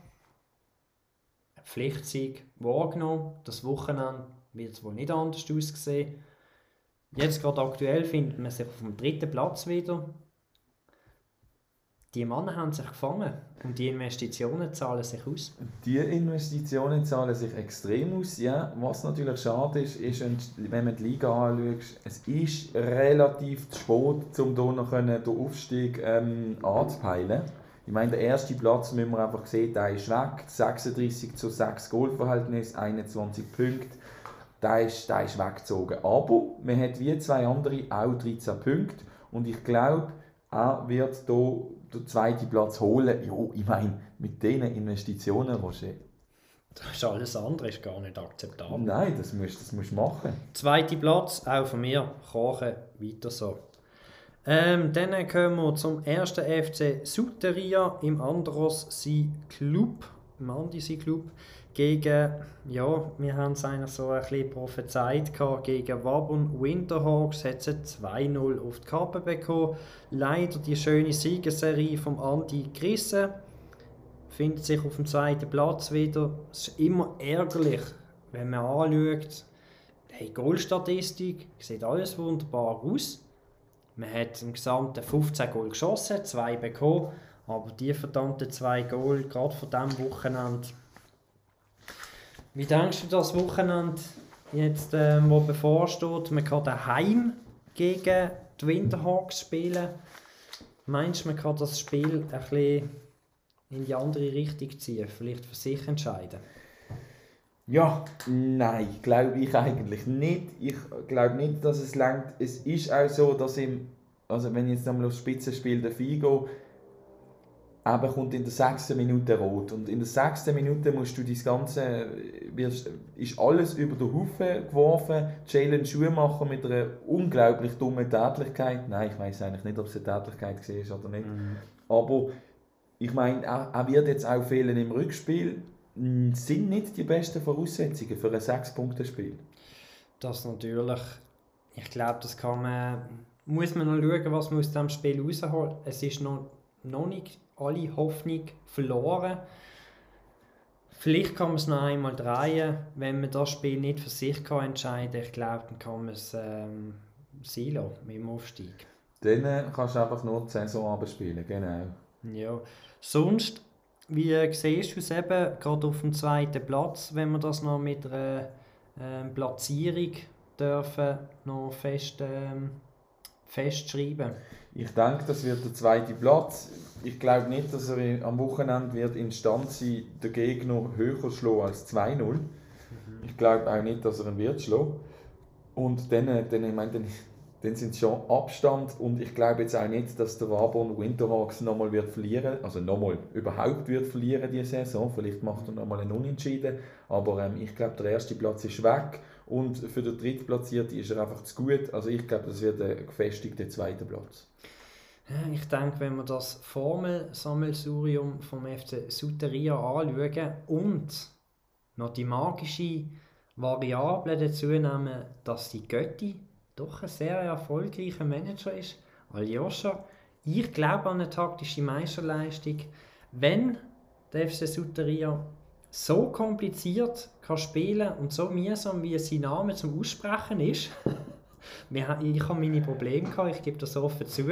Pflichtsieg wahrgenommen. Das Wochenende wird es wohl nicht anders aussehen. Jetzt gerade aktuell findet man sich auf dem dritten Platz wieder. Die Männer haben sich gefangen und die Investitionen zahlen sich aus. Die Investitionen zahlen sich extrem aus, ja. Was natürlich schade ist, ist, wenn man die Liga anschaut, es ist relativ zu spät, um hier noch den Aufstieg ähm, anzupeilen. Ich meine, der erste Platz, müssen wir einfach sehen, der ist weg. sechsunddreißig zu sechs Goalverhältnis, einundzwanzig Punkte. Der ist, der ist weggezogen. Aber man hat wie zwei andere auch dreizehn Punkte. Und ich glaube, er wird hier den zweiten Platz holen. Jo, ich meine, mit diesen Investitionen, Roger. Das ist alles andere, ist gar nicht akzeptabel. Nein, das musst, das musst du machen. Zweiter Platz, auch von mir, Kochen, weiter so. Ähm, dann kommen wir zum ersten F C Souteria im Andros Sea Club, im Andi Sea Club, gegen, ja, wir haben es eigentlich so ein bisschen prophezeit gehabt, gegen Wabun Winterhawks hat es zwei null auf die Kappe bekommen. Leider die schöne Siegesserie vom Andi gerissen, findet sich auf dem zweiten Platz wieder. Es ist immer ärgerlich, wenn man anschaut, die Goalstatistik, sieht alles wunderbar aus. Man hat im Gesamten fünfzehn Goal geschossen, zwei bekommen, aber die verdammten zwei Goal, gerade von diesem Wochenende. Wie denkst du das Wochenende, jetzt, ähm, wo bevorsteht? Man kann daheim gegen die Winterhawks spielen. Meinst du, man kann das Spiel ein bisschen in die andere Richtung ziehen, vielleicht für sich entscheiden? Ja, nein, glaube ich eigentlich nicht. Ich glaube nicht, dass es langt. Es ist auch so, dass im, also wenn ich jetzt einmal aufs Spitzenspiel der Figo, eben kommt in der sechsten Minute rot. Und in der sechsten Minute musst du das Ganze, wirst, ist alles über den Haufen geworfen. Jalen Schumacher mit einer unglaublich dummen Tätlichkeit. Nein, ich weiß eigentlich nicht, ob es eine Tätlichkeit war oder nicht. Mhm. Aber ich meine, er, er wird jetzt auch fehlen im Rückspiel. Sind nicht die besten Voraussetzungen für ein sechs-Punkte-Spiel. Das natürlich, ich glaube, das kann man, muss man noch schauen, was man aus diesem Spiel rausholt. Es ist noch, noch nicht alle Hoffnung verloren. Vielleicht kann man es noch einmal drehen, wenn man das Spiel nicht für sich kann entscheiden kann. Ich glaube, dann kann man es ähm, sein lassen, mit dem Aufstieg. Dann kannst du einfach nur die Saison abspielen, genau. Ja, sonst, wie siehst du es eben, gerade auf dem zweiten Platz, wenn wir das noch mit einer ähm, Platzierung dürfen noch fest, ähm, festschreiben? Ich denke, das wird der zweite Platz. Ich glaube nicht, dass er am Wochenende wird instand sein, den Gegner höher schlagen als zwei null. Mhm. Ich glaube auch nicht, dass er ihn wird schlagen. Und dann, dann, ich meine, dann, dann sind es schon Abstand. Und ich glaube jetzt auch nicht, dass der Warborn Winterhawks nochmal wird verlieren. Also nochmal überhaupt wird verlieren diese Saison. Vielleicht macht er nochmal einen Unentschieden. Aber ähm, ich glaube, der erste Platz ist weg. Und für den Drittplatzierten ist er einfach zu gut. Also ich glaube, das wird ein gefestigter zweiter Platz. Ich denke, wenn wir das Formelsammelsurium vom F C Souteria anschauen und noch die magische Variable dazu nehmen, dass die Götti doch ein sehr erfolgreicher Manager ist, Aljoscha. Ich glaube an eine taktische Meisterleistung. Wenn der F C Souteria so kompliziert kann spielen und so mühsam, wie sein Name zum Aussprechen ist, ich habe meine Probleme gehabt, ich gebe das offen zu.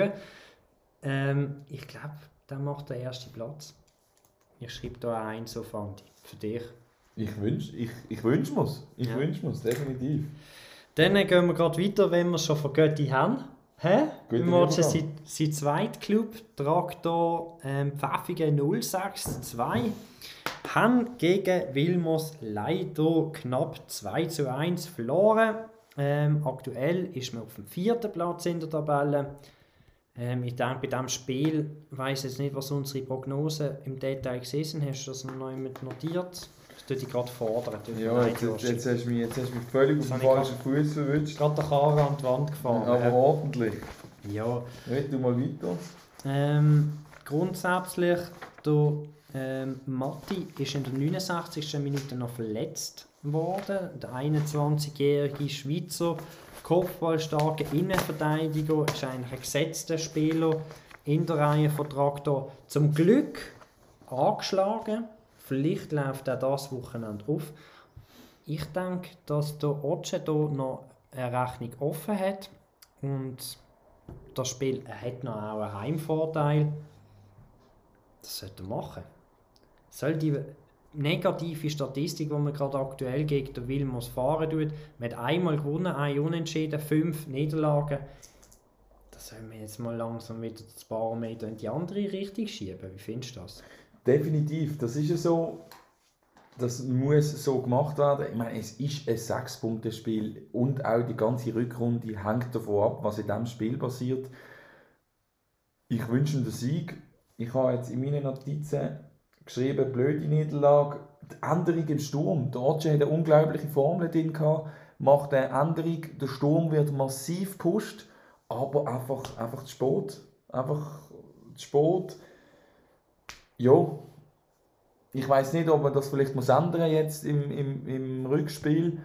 Ähm, ich glaube, dann macht der erste Platz. Ich schreibe da ein, so fand ich. Für dich. Ich wünsche ich, ich wünsch mir's. Ich ja. wünsche mir's, definitiv. Dann gehen wir gerade weiter, wenn wir schon von Götti haben. Hä? Wir watchen sein, sein zweiter Club, Traktor ähm, Pfäffigen null sechs zwei. Haben gegen Vilmos leider knapp zwei zu eins verloren. Ähm, aktuell ist man auf dem vierten Platz in der Tabelle. Ähm, ich denke, bei diesem Spiel, ich weiss jetzt nicht, was unsere Prognosen im Detail gesehen sind. Hast du das noch jemand notiert? Ich tue dich gerade fordern. Ja, jetzt, jetzt, jetzt, hast du mich, jetzt hast du mich völlig auf den falschen Fuß verwünscht. Gerade der Karre an die Wand gefahren. Aber ja. Ordentlich. Ja. Red du mal weiter. Ähm, grundsätzlich, der ähm, Matti ist in der neunundsechzigsten Minute noch verletzt worden. Der einundzwanzigjährige Schweizer kopfballstarke Innenverteidiger ist eigentlich ein gesetzter Spieler in der Reihe von Traktor. Zum Glück angeschlagen. Vielleicht läuft auch das Wochenende auf. Ich denke, dass der Otsche hier noch eine Rechnung offen hat. Und das Spiel hat noch auch einen Heimvorteil. Das sollte er machen. Soll die negative Statistik, die man gerade aktuell gegen den Vilmos fahren tut, man hat einmal gewonnen, ein Unentschieden, fünf Niederlagen. Da sollen wir jetzt mal langsam wieder das Barometer in die andere Richtung schieben. Wie findest du das? Definitiv, das ist ja so, das muss so gemacht werden. Ich meine, es ist ein sechs-Punkte-Spiel und auch die ganze Rückrunde hängt davon ab, was in diesem Spiel passiert. Ich wünsche ihm den Sieg. Ich habe jetzt in meinen Notizen geschrieben, blöde Niederlage, die Änderung im Sturm. Der Otsche hat eine unglaubliche Formel drin gehabt, macht eine Änderung, der Sturm wird massiv gepusht, aber einfach, einfach zu spät. Einfach zu spät. Ja, ich weiß nicht, ob man das vielleicht muss ändern jetzt im, im, im Rückspiel.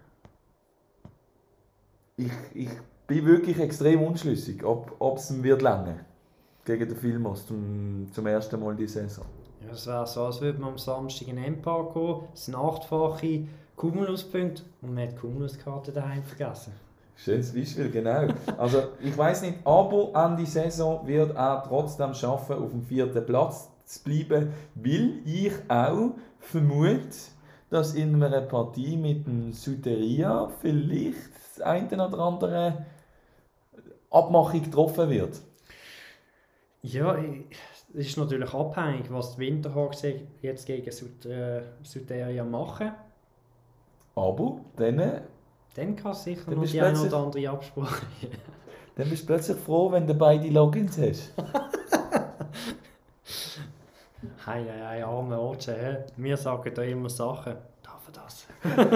Ich, ich bin wirklich extrem unschlüssig, ob es wird lange gegen den Vilmos zum, zum ersten Mal diese Saison. Ja, es wäre so, als würde man am Samstag in den Endpark gehen, es sind achtfache Cumulus-Punkte und man hat die Cumulus-Karte daheim vergessen. Schönes Beispiel, genau. Also ich weiß nicht, aber an die Saison wird er trotzdem schaffen, auf dem vierten Platz zu bleiben, weil ich auch vermute, dass in einer Partie mit dem Souteria vielleicht das eine oder andere Abmachung getroffen wird. Ja, es ist natürlich abhängig, was die Winterhawks jetzt gegen Süd, äh, Süderia machen. Aber dann, Dann kann es sicher dann noch bist die du eine plötzlich, oder andere Absprache. dann bist du plötzlich froh, wenn du beide Logins hast. Hei, hei, hei, arme Otsche, hä? Wir sagen da immer Sachen. Darf er das?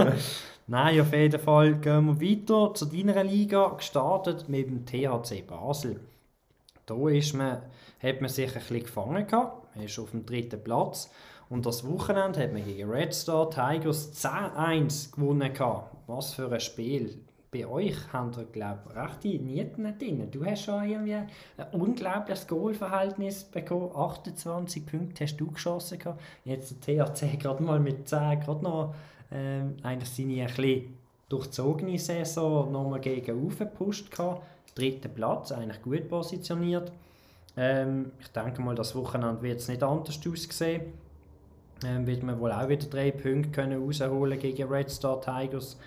Nein, auf jeden Fall gehen wir weiter zu deiner Liga, gestartet mit dem T H C Basel. Da ist man, hat man sich ein bisschen gefangen gehabt, man ist auf dem dritten Platz und das Wochenende hat man gegen Red Star Tigers zehn eins gewonnen gehabt. Was für ein Spiel. Bei euch haben wir, glaube ich, rechte Nieten drin. Du hast schon irgendwie ein unglaubliches Goalverhältnis bekommen. achtundzwanzig Punkte hast du geschossen gehabt. Jetzt der T H C gerade mal mit zehn, gerade noch ähm, eigentlich seine ein bisschen durchzogene Saison nochmal gegen aufgepusht gehabt. Dritter Platz, eigentlich gut positioniert. Ähm, ich denke mal, das Wochenende wird es nicht anders aussehen. Ähm, wird man wohl auch wieder drei Punkte können rausholen gegen Red Star Tigers.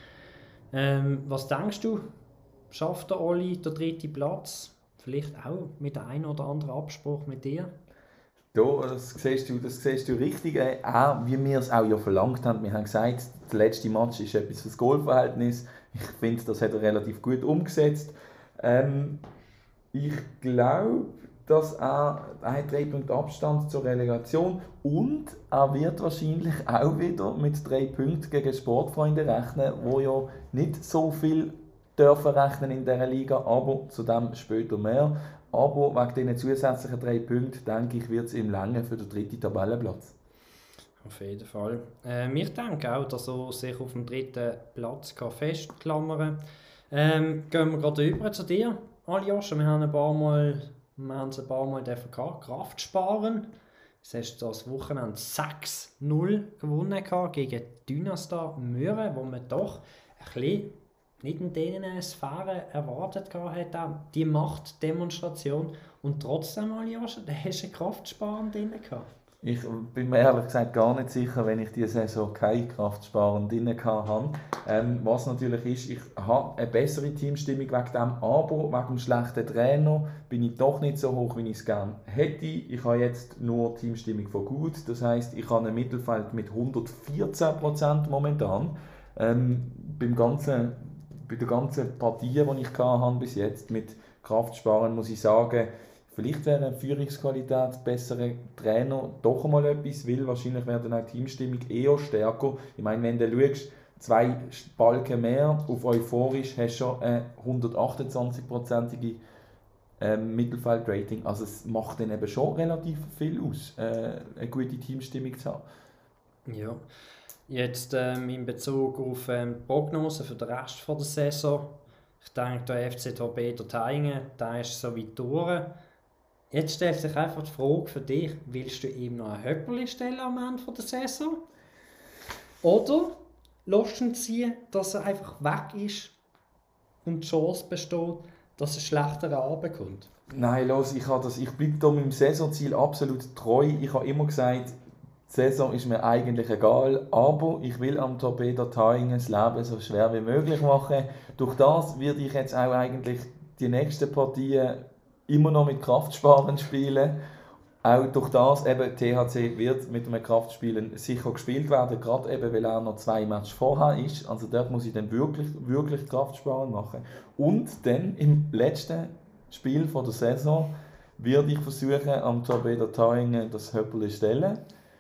Ähm, was denkst du, schafft der Oli den dritten Platz? Vielleicht auch mit der einen oder anderen Abspruch mit dir? Ja, das siehst du, das siehst du richtig. Äh, auch wie wir es auch ja verlangt haben. Wir haben gesagt, der letzte Match ist etwas für das Goalverhältnis. Ich finde, das hat er relativ gut umgesetzt. Ähm, ich glaube, dass er, er hat drei Punkte Abstand zur Relegation und er wird wahrscheinlich auch wieder mit drei Punkten gegen Sportfreunde rechnen, wo ja nicht so viel dürfen rechnen in dieser Liga, aber zu dem später mehr. Aber wegen diesen zusätzlichen drei Punkten, denke ich, wird es ihm länger für den dritten Tabellenplatz. Auf jeden Fall. Äh, ich denke auch, dass er sich auf dem dritten Platz kann festklammern kann. Ähm, gehen wir gerade über zu dir, Aljoscha. Wir haben ein paar Mal, wir haben es ein paar Mal gehabt, Kraft sparen. Jetzt hast du das Wochenende sechs null gewonnen gegen Dynastar Möhren, wo man doch ein bisschen nicht in diesen Sphären erwartet hat, auch die Machtdemonstration. Und trotzdem, Aljoscha, da hast du einen Kraftsparend drin gehabt. Ich bin mir ehrlich gesagt gar nicht sicher, wenn ich diese Saison keine Kraftsparern drin hatte. Ähm, was natürlich ist, ich habe eine bessere Teamstimmung wegen dem, aber wegen dem schlechten Trainer bin ich doch nicht so hoch, wie ich es gerne hätte. Ich habe jetzt nur Teamstimmung von gut, das heisst, ich habe ein Mittelfeld mit hundertvierzehn Prozent momentan. Ähm, beim ganzen, bei der ganzen Partie, die ich hatte bis jetzt mit Kraftsparen, muss ich sagen, vielleicht wäre eine Führungsqualität, bessere Trainer doch einmal etwas, weil wahrscheinlich wäre dann auch die Teamstimmung eher stärker. Ich meine, wenn du schaust, zwei Balken mehr auf euphorisch, hast du schon eine hundertachtundzwanzig-prozentige ähm, Mittelfeld-Rating. Also es macht dann eben schon relativ viel aus, äh, eine gute Teamstimmung zu haben. Ja, jetzt ähm, in Bezug auf ähm, die Prognose für den Rest von der Saison. Ich denke, der F C Torpedo Thaingen, der ist so weit durch. Jetzt stellt sich einfach die Frage für dich, willst du ihm noch ein Höpperli stellen am Ende der Saison? Oder lässt du ihn ziehen, dass er einfach weg ist und die Chance besteht, dass er schlechter Abend kommt? Nein, los, ich, das, ich bleibe da meinem Saisonziel absolut treu. Ich habe immer gesagt, die Saison ist mir eigentlich egal, aber ich will am Torpedo Thaingen das Leben so schwer wie möglich machen. Durch das werde ich jetzt auch eigentlich die nächsten Partien immer noch mit Kraftsparen spielen. Auch durch das, eben, T H C wird mit einem Kraftspielen sicher gespielt werden, gerade eben, weil er noch zwei Matches vorher ist. Also dort muss ich dann wirklich, wirklich Kraftsparen machen. Und dann im letzten Spiel von der Saison werde ich versuchen, am Torpedo Thaingen das Höpperli zu stellen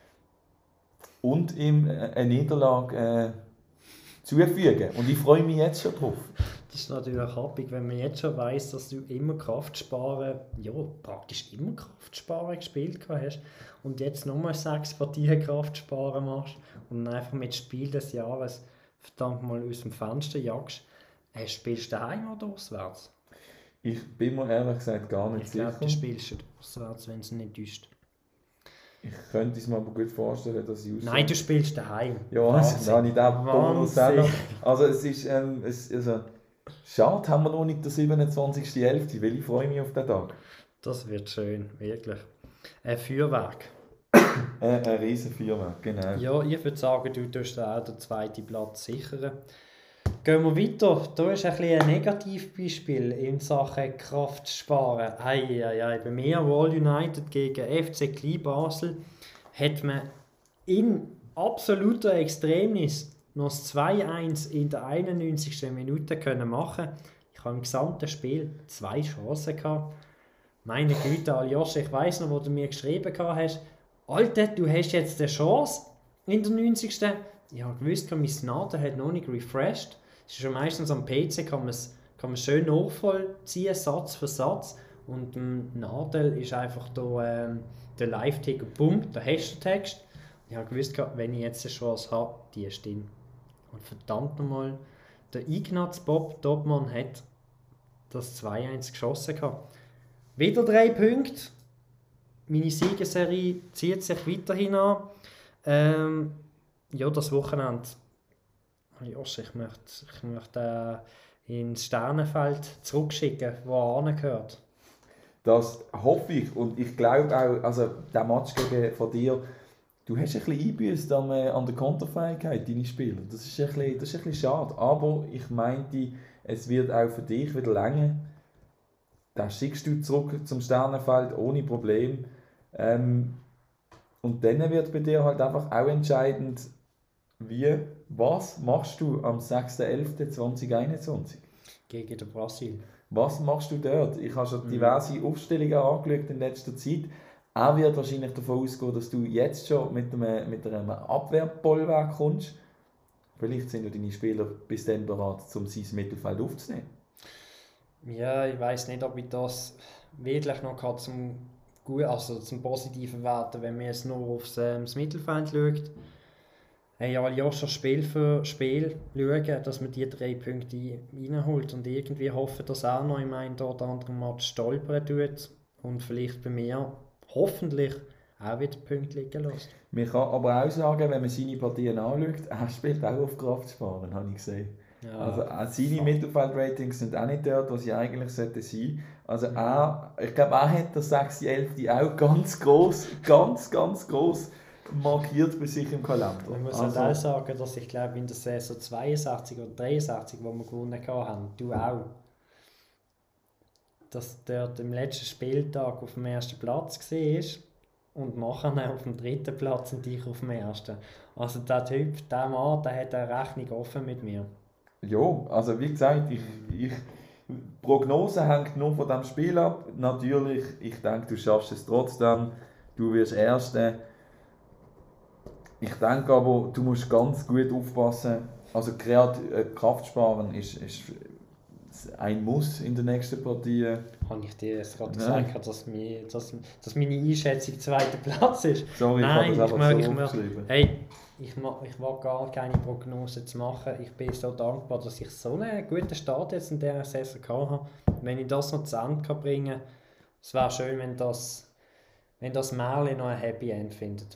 und ihm eine Niederlage äh, zufügen. Und ich freue mich jetzt schon drauf. Das ist natürlich happig, wenn man jetzt schon weiss, dass du immer Kraftsparen, ja, praktisch immer Kraftsparen gespielt hast und jetzt nochmal sechs Partien Kraftsparen machst und dann einfach mit Spiel des Jahres verdammt mal aus dem Fenster jagst. Äh, spielst du daheim oder auswärts? Ich bin mir ehrlich gesagt gar nicht ich sicher. Ich glaube, du spielst auswärts, wenn es nicht ist. Ich könnte es mir aber gut vorstellen, dass ich Nein, du spielst daheim. Ja, also, nein, ich darf Also es ist, ähm, es, also, schade haben wir noch nicht den siebenundzwanzigsten elften weil ich freue mich auf den Tag. Das wird schön, wirklich. Ein Feuerwerk. äh, ein riesen Feuerwerk, genau. Ja, ich würde sagen, du tust auch den zweiten Platz sichern. Gehen wir weiter. Hier ist ein, bisschen ein Negativbeispiel in Sachen Kraft sparen. Ei, ei, ei. Bei mir, Wall United gegen F C Cli Basel, hat man in absoluter Extremis noch das zwei eins in der einundneunzigsten Minute können machen. Ich habe im gesamten Spiel zwei Chancen gehabt. Meine Güte, Aljoscha, ich weiss noch, wo du mir geschrieben hast, Alter, du hast jetzt eine Chance in der neunzigsten Ich habe gewusst, mein Nadel hat noch nicht refreshed. Es ist schon meistens am P C, kann man es kann man schön nachvollziehen, Satz für Satz. Und im Nadel ist einfach da, ähm, der Live-Ticker, bumm, der hast du den Text. Ich habe gewusst, wenn ich jetzt eine Chance habe, die ist drin. Und verdammt nochmal, der Ignaz Bob Dobmann hat das zwei eins geschossen gehabt. Wieder drei Punkte. Meine Siegesserie zieht sich weiterhin an. Ähm, ja, das Wochenende. Josh, ich möchte, ich möchte äh, ins Sternenfeld zurückschicken, wo er angehört. Das hoffe ich. Und ich glaube auch, also der Match gegen von dir, du hast ein bisschen eingebüßt an, äh, an der Konterfähigkeit deiner Spieler. Das ist, ein bisschen, das ist ein bisschen schade. Aber ich meinte, es wird auch für dich wieder länger. Da schickst du zurück zum Sternenfeld ohne Problem. Ähm, und dann wird bei dir halt einfach auch entscheidend, wie, was machst du am sechsten elften zweitausendeinundzwanzig? Gegen den Brasil. Was machst du dort? Ich habe schon diverse mhm. Aufstellungen angeschaut in letzter Zeit. Er wird wahrscheinlich davon ausgehen, dass du jetzt schon mit einem, mit einem Abwehrbollwerk kommst. Vielleicht sind ja deine Spieler bis dann bereit, um sein Mittelfeld aufzunehmen. Ja, ich weiss nicht, ob ich das wirklich noch zum, gut, also zum Positiven werten, wenn man jetzt nur aufs ähm, das Mittelfeld schaut. Hey, Aljoscha Spiel für Spiel schauen, dass man die drei Punkte reinholt und irgendwie hoffen, dass er noch in einem oder anderen Match stolpern tut und vielleicht bei mir hoffentlich auch wieder Punkte liegen lässt. Man kann aber auch sagen, wenn man seine Partien anschaut, er spielt auch auf Kraft sparen, habe ich gesehen. Ja, also auch seine Mittelfeld-Ratings sind auch nicht dort, wo sie eigentlich sein sollten. Also mhm. er, ich glaube, er hat der sechs elf auch ganz gross, ganz, ganz gross markiert bei sich im Kalender. Ich muss also, halt auch sagen, dass ich glaube, in der Saison zweiundsechzig oder dreiundsechzig, wo wir gewonnen haben, du auch, dass dort im letzten Spieltag auf dem ersten Platz war und nachher auf dem dritten Platz und ich auf dem ersten. Also der Typ, der Mann, der hat eine Rechnung offen mit mir. Ja, also wie gesagt, ich, ich, Prognose hängt nur von diesem Spiel ab. Natürlich, ich denke, du schaffst es trotzdem. Du wirst Erster. Ich denke aber, du musst ganz gut aufpassen. Also Kreat Kraft sparen ist, ist ein Muss in der nächsten Partie. Habe ich dir jetzt gerade gesagt, ja. dass, mir, dass, dass meine Einschätzung zweiter Platz ist? Sorry, Nein, ich habe das einfach so aufgeschrieben. Hey, ich mag, ich mag gar keine Prognose zu machen. Ich bin so dankbar, dass ich so einen guten Start jetzt in dieser Saison hatte. Wenn ich das noch zu Ende kann bringen kann, es wäre schön, wenn das, wenn das Märchen noch ein Happy End findet.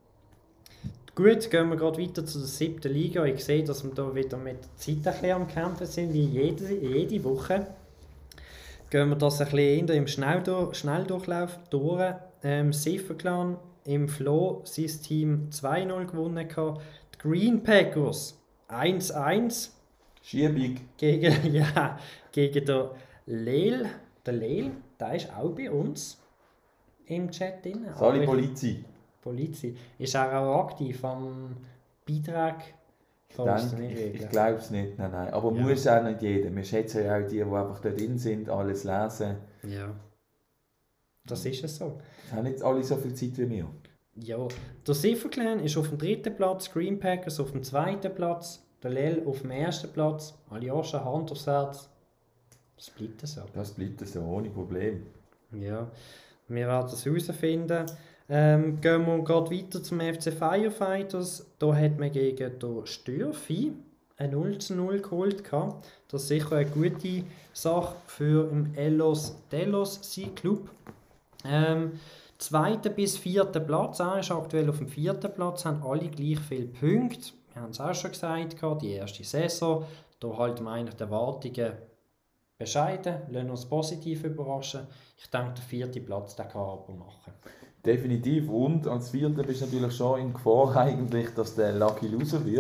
Gut, gehen wir gerade weiter zu der siebten Liga. Ich sehe, dass wir hier wieder mit der Zeit ein bisschen am Kämpfen sind, wie jede, jede Woche. Gehen wir das ein bisschen im Schnelldurch, Schnelldurchlauf durch. Ähm, Sifferclan im Flo, sein Team zwei null gewonnen. Die Green Packers eins eins. Schiebig. Gegen, ja, gegen den Leel. Der Leel, der ist auch bei uns im Chat drin. Sali Polizei. Polizei. Ist er auch aktiv am Beitrag? Ich, ich, ich glaube es nicht, nein, nein. Aber ja. Muss auch nicht jeder. Wir schätzen ja auch die, die einfach dort drin sind, alles lesen. Ja, das ist es so. Es haben nicht alle so viel Zeit wie wir. Ja, der Sifferclan ist auf dem dritten Platz, Green Packers auf dem zweiten Platz, der Lel auf dem ersten Platz, Aljoscha Hand aufs Herz. Das bleibt so. Das bleibt so, ohne Problem. Ja, wir werden es herausfinden. Ähm, gehen wir gerade weiter zum F C Firefighters. Da hat man gegen den Störfi ein null zu null geholt. Das ist sicher eine gute Sache für den Elos Delos Club. Ähm, zweiter bis vierter Platz, er ist aktuell auf dem vierten Platz, haben alle gleich viele Punkte. Wir haben es auch schon gesagt, die erste Saison. Da halten wir eigentlich die Erwartungen bescheiden, lassen uns positiv überraschen. Ich denke, der vierte Platz, den kann er aber machen. Definitiv. Und als Vierter bist du natürlich schon in Gefahr, eigentlich, dass du Lucky Loser wirst.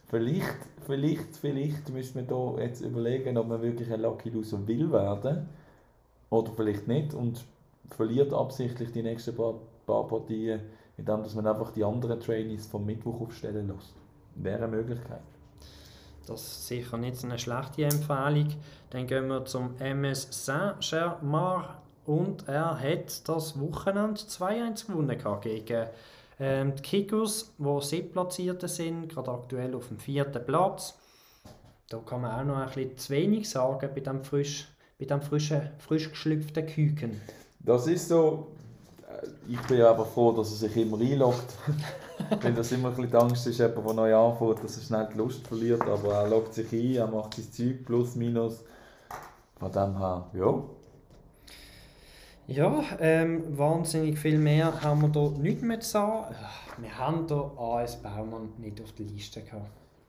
Vielleicht, vielleicht, vielleicht müssen wir da jetzt überlegen, ob man wirklich ein Lucky Loser will werden oder vielleicht nicht und verliert absichtlich die nächsten paar, paar Partien, indem dass man einfach die anderen Trainees vom Mittwoch aufstellen lässt. Wäre eine Möglichkeit. Das ist sicher nicht so eine schlechte Empfehlung. Dann gehen wir zum M S Saint-Germain und er hat das Wochenende zwei eins gewonnen gegen ähm, die Kickers, die siebtplatzierte sind, gerade aktuell auf dem vierten Platz. Da kann man auch noch ein bisschen zu wenig sagen bei dem frisch, bei dem frischen, frisch geschlüpften Küken. Das ist so. Ich bin ja aber froh, dass er sich immer einloggt. Weil das immer ein bisschen die Angst ist, jemand, der neu anfängt, dass er schnell die Lust verliert. Aber er loggt sich ein, er macht sein Zeug, plus, minus. Von dem her, ja. Ja, ähm, wahnsinnig viel mehr haben wir da nicht mehr zu sagen. Wir haben da A S Baumann nicht auf der Liste gehabt.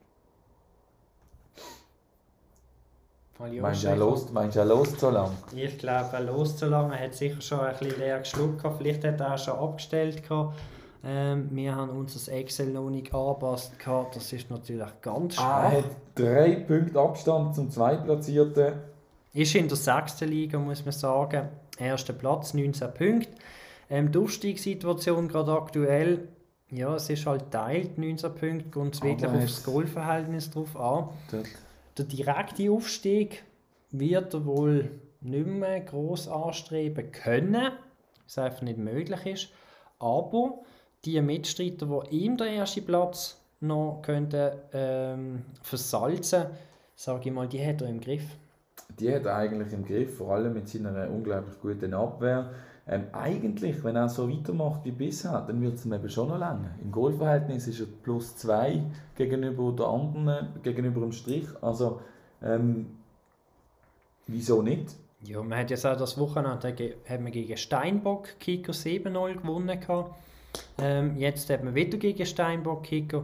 Meinst du, er lost, meinst du, er lost so lange? Ich glaube, er lost so lange. Er hat sicher schon ein bisschen leer geschluckt. Vielleicht hat er auch schon abgestellt. Ähm, wir haben unser Excel noch nicht angepasst. Das ist natürlich ganz schwach. Er hat drei Punkte Abstand zum Zweitplatzierten. Ist in der sechsten Liga, muss man sagen. Erster Platz, neunzehn Punkte. Ähm, die Aufstiegssituation gerade aktuell, ja, es ist halt teilt, neunzehn Punkte. Kommt es wirklich auf das Goalverhältnis drauf an. Dort. Der direkte Aufstieg wird er wohl nicht mehr gross anstreben können, was einfach nicht möglich ist. Aber die Mitstreiter, die ihm den ersten Platz noch könnten, ähm, versalzen, sage ich mal, die hat er im Griff. Die hat er eigentlich im Griff, vor allem mit seiner unglaublich guten Abwehr. Ähm, eigentlich, wenn er so weitermacht wie bisher, dann wird es ihm eben schon noch länger. Im Goalverhältnis ist er plus zwei gegenüber der anderen, gegenüber dem Strich. Also, ähm, wieso nicht? Ja, man hat jetzt auch das Wochenende hat man gegen Steinbock Kicker sieben null gewonnen. Ähm, jetzt hat man wieder gegen Steinbock Kicker.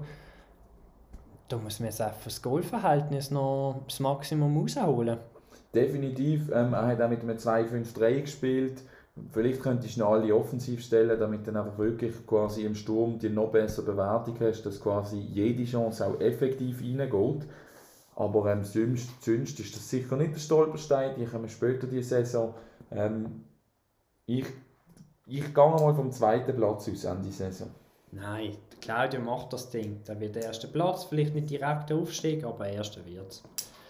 Da muss man jetzt einfach das Goalverhältnis noch das Maximum rausholen. Definitiv. Ähm, er hat auch mit einem zwei fünf drei gespielt. Vielleicht könntest du noch alle offensiv stellen, damit du einfach wirklich quasi im Sturm die noch bessere Bewertung hast, dass quasi jede Chance auch effektiv reingeht. Aber ähm, sonst, sonst ist das sicher nicht der Stolperstein, die kommen später diese Saison. Ähm, ich, ich gehe mal vom zweiten Platz aus an die Saison. Nein, Claudio macht das Ding. Da wird der erste Platz, vielleicht nicht direkt der Aufstieg, aber erster wird es.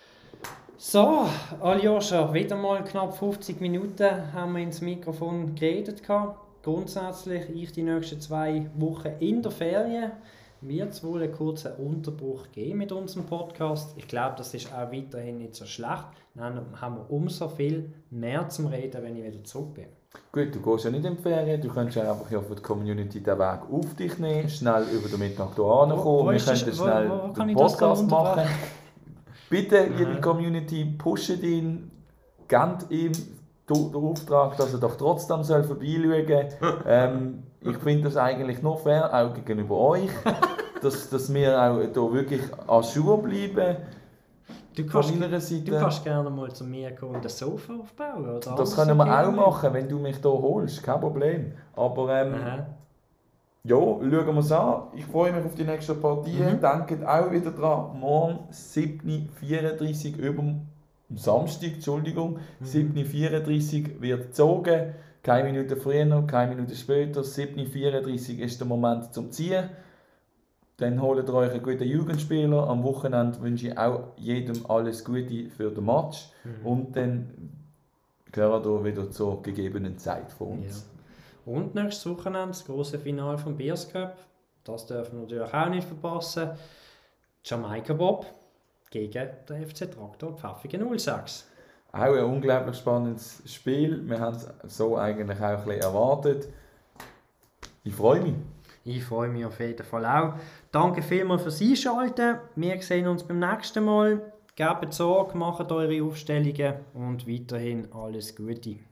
So, Aljoscha, wieder mal knapp fünfzig Minuten haben wir ins Mikrofon geredet. Grundsätzlich, ich die nächsten zwei Wochen in der Ferien, wird es wohl einen kurzen Unterbruch geben mit unserem Podcast. Ich glaube, das ist auch weiterhin nicht so schlecht. Dann haben wir umso viel mehr zum Reden, wenn ich wieder zurück bin. Gut, du gehst ja nicht in die Ferien, du könntest ja einfach für die Community den Weg auf dich nehmen, schnell über den Mittag hier ankommen, wir können schnell wo, wo den Podcast machen. Bitte, liebe Community, pushet ihn, gebt ihm den Auftrag, dass er doch trotzdem soll vorbeischauen soll. ähm, ich finde das eigentlich noch fair, auch gegenüber euch, dass, dass wir auch hier wirklich an Schuhe bleiben. Du kannst, du kannst gerne mal zu mir kommen und ein Sofa aufbauen. Oder das können wir auch machen, wenn du mich hier holst, kein Problem. Aber ähm, ja, schauen wir es an. Ich freue mich auf die nächsten Partien. Mhm. Denkt auch wieder dran, morgen siebzehn Uhr vierunddreißig über am Samstag, Entschuldigung, mhm. siebzehn Uhr vierunddreißig wird gezogen. Keine Minute früher, keine Minute später. siebzehn Uhr vierunddreißig ist der Moment zum Ziehen. Dann holt ihr euch einen guten Jugendspieler. Am Wochenende wünsche ich auch jedem alles Gute für den Match. Mhm. Und dann hören wir wieder zur gegebenen Zeit von uns. Ja. Und nächstes Wochenende das grosse Finale vom Bears Cup. Das dürfen wir natürlich auch nicht verpassen. Jamaika Bob gegen den F C Traktor Pfäffiken null sechs. Auch ein unglaublich spannendes Spiel. Wir haben es so eigentlich auch ein bisschen erwartet. Ich freue mich. Ich freue mich auf jeden Fall auch. Danke vielmals fürs Einschalten. Wir sehen uns beim nächsten Mal. Gebt Sorge, macht eure Aufstellungen und weiterhin alles Gute.